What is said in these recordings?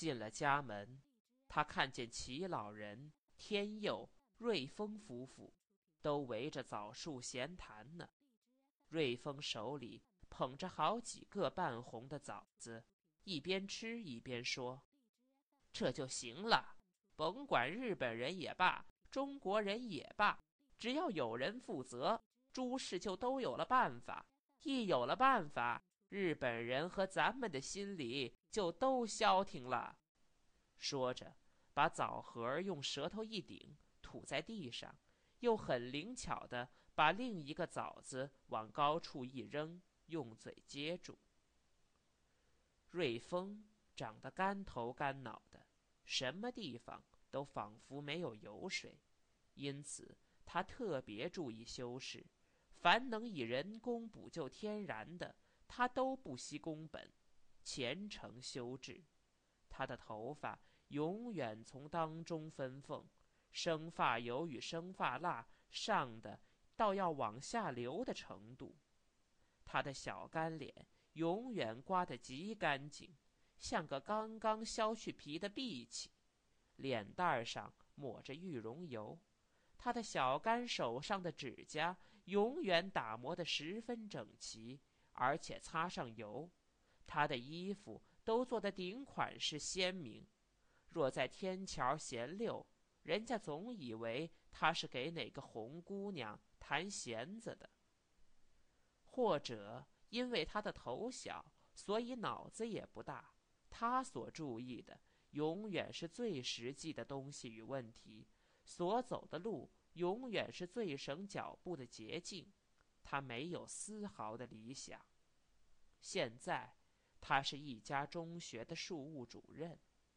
进了家门，他看见齐老人、天佑、瑞丰夫妇都围着枣树闲谈呢。瑞丰手里捧着好几个半红的枣子，一边吃一边说：“这就行了，甭管日本人也罢，中国人也罢，只要有人负责，诸事就都有了办法。一有了办法，日本人和咱们的心里就都消停了。”说着，把枣核用舌头一顶，吐在地上，又很灵巧地把另一个枣子往高处一扔，用嘴接住。瑞丰长得干头干脑的，什么地方都仿佛没有油水，因此他特别注意修饰，凡能以人工补救天然的，他都不惜工本，虔诚修治。他的头发永远从当中分缝，生发油与生发蜡上的到要往下流的程度。他的小干脸永远刮得极干净，像个刚刚削去皮的荸荠，脸蛋上抹着玉溶油。他的小干手上的指甲永远打磨得十分整齐，而且擦上油。他的衣服都做得顶款式鲜明，若在天桥闲溜，人家总以为他是给哪个红姑娘弹弦子的。或者因为他的头小，所以脑子也不大，他所注意的永远是最实际的东西与问题，所走的路永远是最省脚步的捷径，他没有丝毫的理想。现在他是一家中学的庶务主任。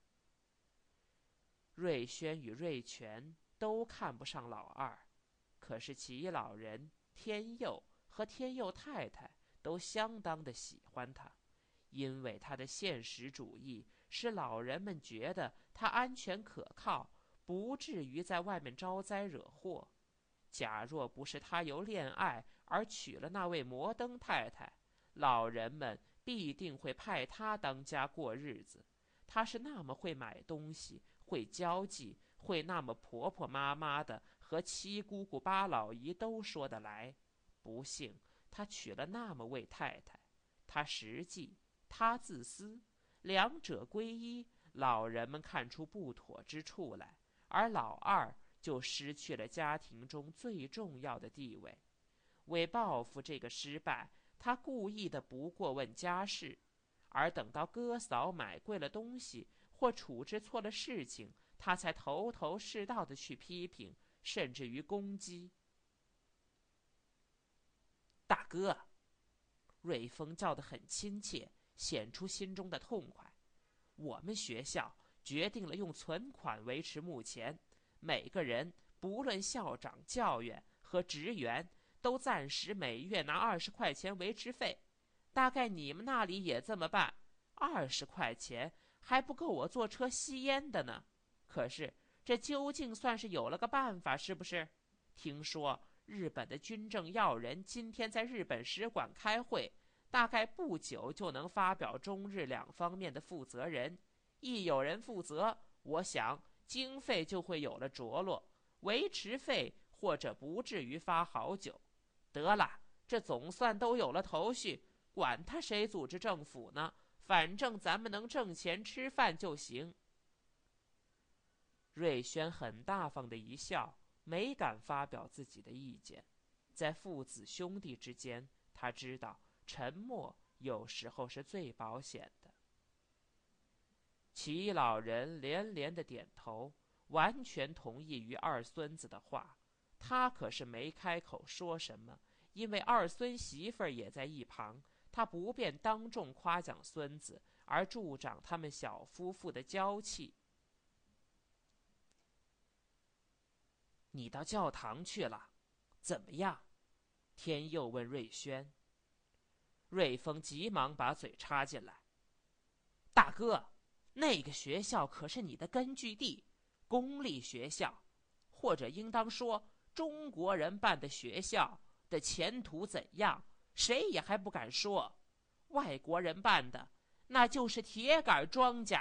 瑞轩与瑞全都看不上老二，可是齐老人、天佑和天佑太太都相当的喜欢他，因为他的现实主义使老人们觉得他安全可靠，不至于在外面招灾惹祸。假若不是他由恋爱而娶了那位摩登太太，老人们必定会派他当家过日子。他是那么会买东西，会交际，会那么婆婆妈妈的，和七姑姑八老姨都说得来。不幸他娶了那么位太太，他实际，他自私，两者归一，老人们看出不妥之处来，而老二就失去了家庭中最重要的地位。为报复这个失败，他故意的不过问家事，而等到哥嫂买贵了东西或处置错了事情，他才头头是道的去批评，甚至于攻击。大哥，瑞丰叫得很亲切，显出心中的痛快。我们学校决定了用存款维持目前，每个人不论校长、教员和职员都暂时每月拿20块钱维持费。大概你们那里也这么办？20块钱还不够我坐车吸烟的呢。可是这究竟算是有了个办法，是不是？听说日本的军政要人今天在日本使馆开会，大概不久就能发表中日两方面的负责人。一有人负责，我想经费就会有了着落，维持费或者不至于发好久。得了，这总算都有了头绪，管他谁组织政府呢，反正咱们能挣钱吃饭就行。瑞轩很大方的一笑，没敢发表自己的意见。在父子兄弟之间，他知道沉默有时候是最保险的。齐老人连连的点头，完全同意于二孙子的话。他可是没开口说什么，因为二孙媳妇儿也在一旁，他不便当众夸奖孙子，而助长他们小夫妇的娇气。你到教堂去了，怎么样？天佑问瑞轩。瑞丰急忙把嘴插进来。大哥，那个学校可是你的根据地，公立学校，或者应当说中国人办的学校的前途怎样，谁也还不敢说。外国人办的，那就是铁杆庄稼，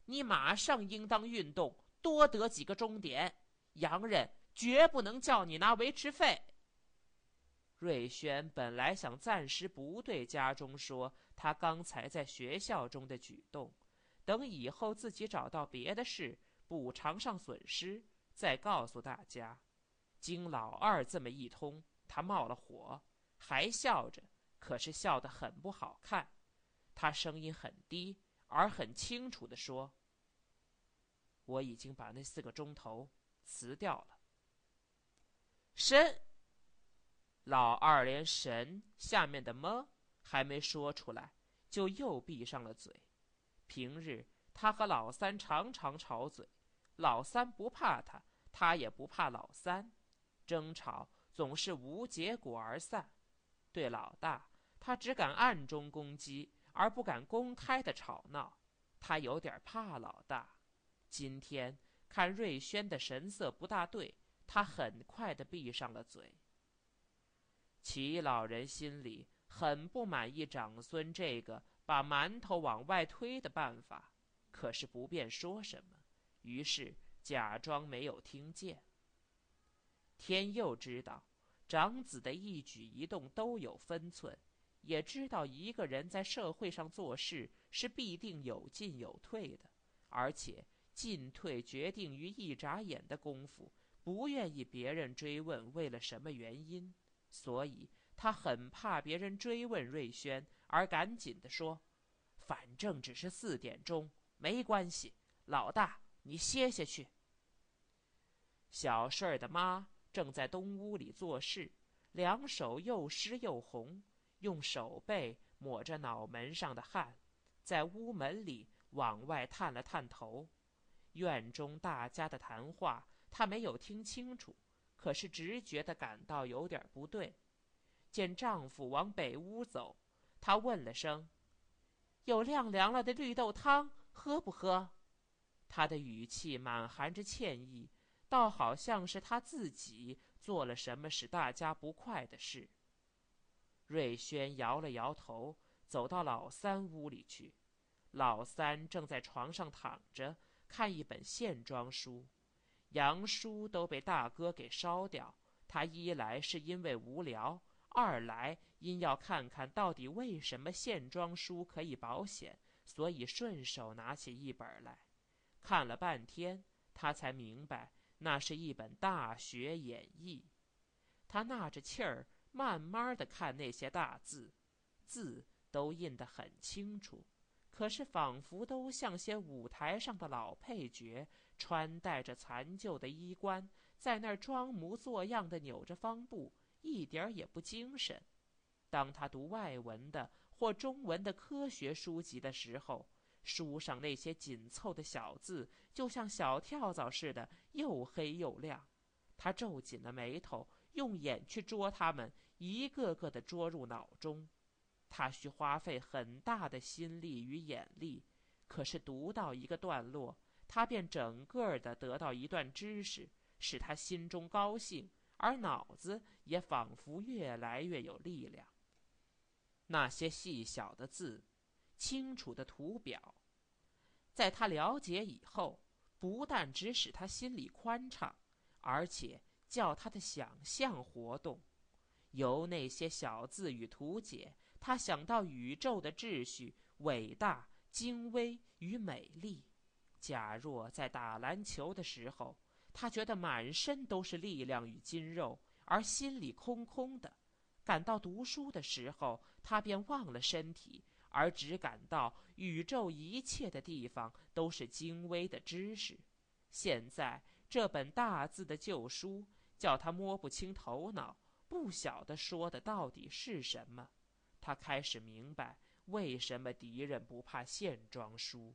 你马上应当运动，多得几个钟点。洋人绝不能叫你拿维持费。瑞轩本来想暂时不对家中说他刚才在学校中的举动，等以后自己找到别的事补偿上损失，再告诉大家。经老二这么一通，他冒了火，还笑着，可是笑得很不好看。他声音很低，而很清楚地说：“我已经把那4个钟头辞掉了。”神，老二连神下面的么还没说出来，就又闭上了嘴。平日他和老三常常吵嘴，老三不怕他，他也不怕老三，争吵总是无结果而散。对老大，他只敢暗中攻击，而不敢公开的吵闹。他有点怕老大。今天看瑞轩的神色不大对，他很快的闭上了嘴。齐老人心里很不满意长孙这个把馒头往外推的办法，可是不便说什么，于是假装没有听见。天佑知道长子的一举一动都有分寸，也知道一个人在社会上做事是必定有进有退的，而且进退决定于一眨眼的功夫，不愿意别人追问为了什么原因，所以他很怕别人追问瑞轩，而赶紧地说：“反正只是4点钟，没关系，老大你歇下去。”小顺儿的妈正在东屋里做事，两手又湿又红，用手背抹着脑门上的汗，在屋门里往外探了探头。院中大家的谈话她没有听清楚，可是直觉地感到有点不对。见丈夫往北屋走，她问了声：“有晾凉了的绿豆汤，喝不喝？”她的语气满含着歉意，倒好像是她自己做了什么使大家不快的事。瑞轩摇了摇头，走到老三屋里去。老三正在床上躺着，看一本线装书。洋书都被大哥给烧掉，他一来是因为无聊，二来因要看看到底为什么线装书可以保险，所以顺手拿起一本来。看了半天，他才明白那是一本《大学演义》。他纳着气儿，慢慢地看那些大字，字都印得很清楚，可是仿佛都像些舞台上的老配角，穿戴着残旧的衣冠，在那儿装模作样地扭着方步，一点儿也不精神。当他读外文的或中文的科学书籍的时候，书上那些紧凑的小字就像小跳蚤似的，又黑又亮。他皱紧了眉头，用眼去捉它们，一个个地捉入脑中。他需花费很大的心力与眼力，可是读到一个段落，他便整个的得到一段知识，使他心中高兴，而脑子也仿佛越来越有力量。那些细小的字，清楚的图表，在他了解以后，不但只使他心里宽敞，而且叫他的想象活动。由那些小字与图解，他想到宇宙的秩序、伟大、精微与美丽。假若在打篮球的时候，他觉得满身都是力量与筋肉，而心里空空的；感到读书的时候，他便忘了身体，而只感到宇宙一切的地方都是精微的知识。现在这本大字的旧书叫他摸不清头脑，不晓得说的到底是什么。他开始明白为什么敌人不怕线装书。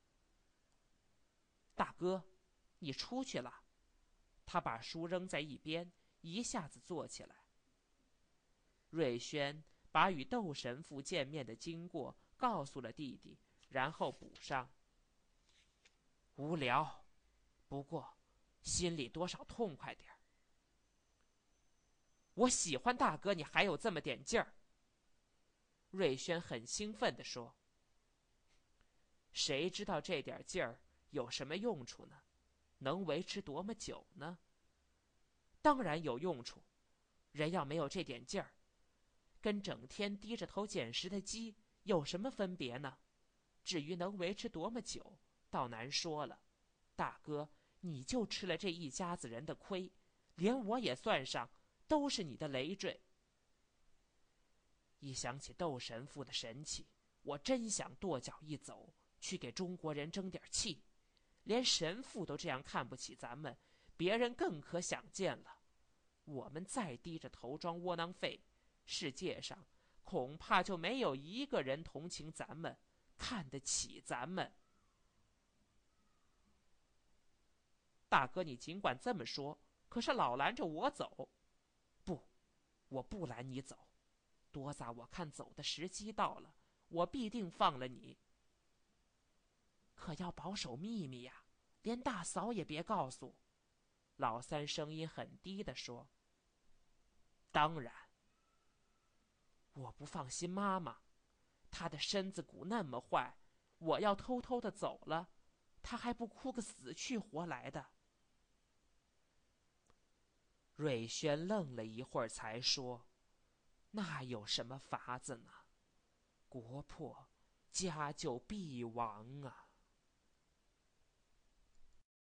大哥，你出去了。他把书扔在一边，一下子坐起来。瑞轩把与窦神父见面的经过告诉了弟弟，然后补上：无聊，不过心里多少痛快点儿。我喜欢大哥，你还有这么点劲儿。瑞轩很兴奋地说： 谁知道这点劲儿有什么用处呢？能维持多么久呢？当然有用处，人要没有这点劲儿，跟整天低着头捡食的鸡有什么分别呢？至于能维持多么久，倒难说了。大哥，你就吃了这一家子人的亏，连我也算上，都是你的累赘。一想起窦神父的神气，我真想跺脚一走，去给中国人争点气。连神父都这样看不起咱们，别人更可想见了。我们再低着头装窝囊废，世界上恐怕就没有一个人同情咱们，看得起咱们。大哥，你尽管这么说，可是老拦着我走。不，我不拦你走。多撒，我看走的时机到了，我必定放了你。可要保守秘密呀，连大嫂也别告诉。老三声音很低地说。当然。我不放心妈妈，她的身子骨那么坏，我要偷偷的走了，她还不哭个死去活来的。瑞轩愣了一会儿，才说：“那有什么法子呢？国破家就必亡啊！”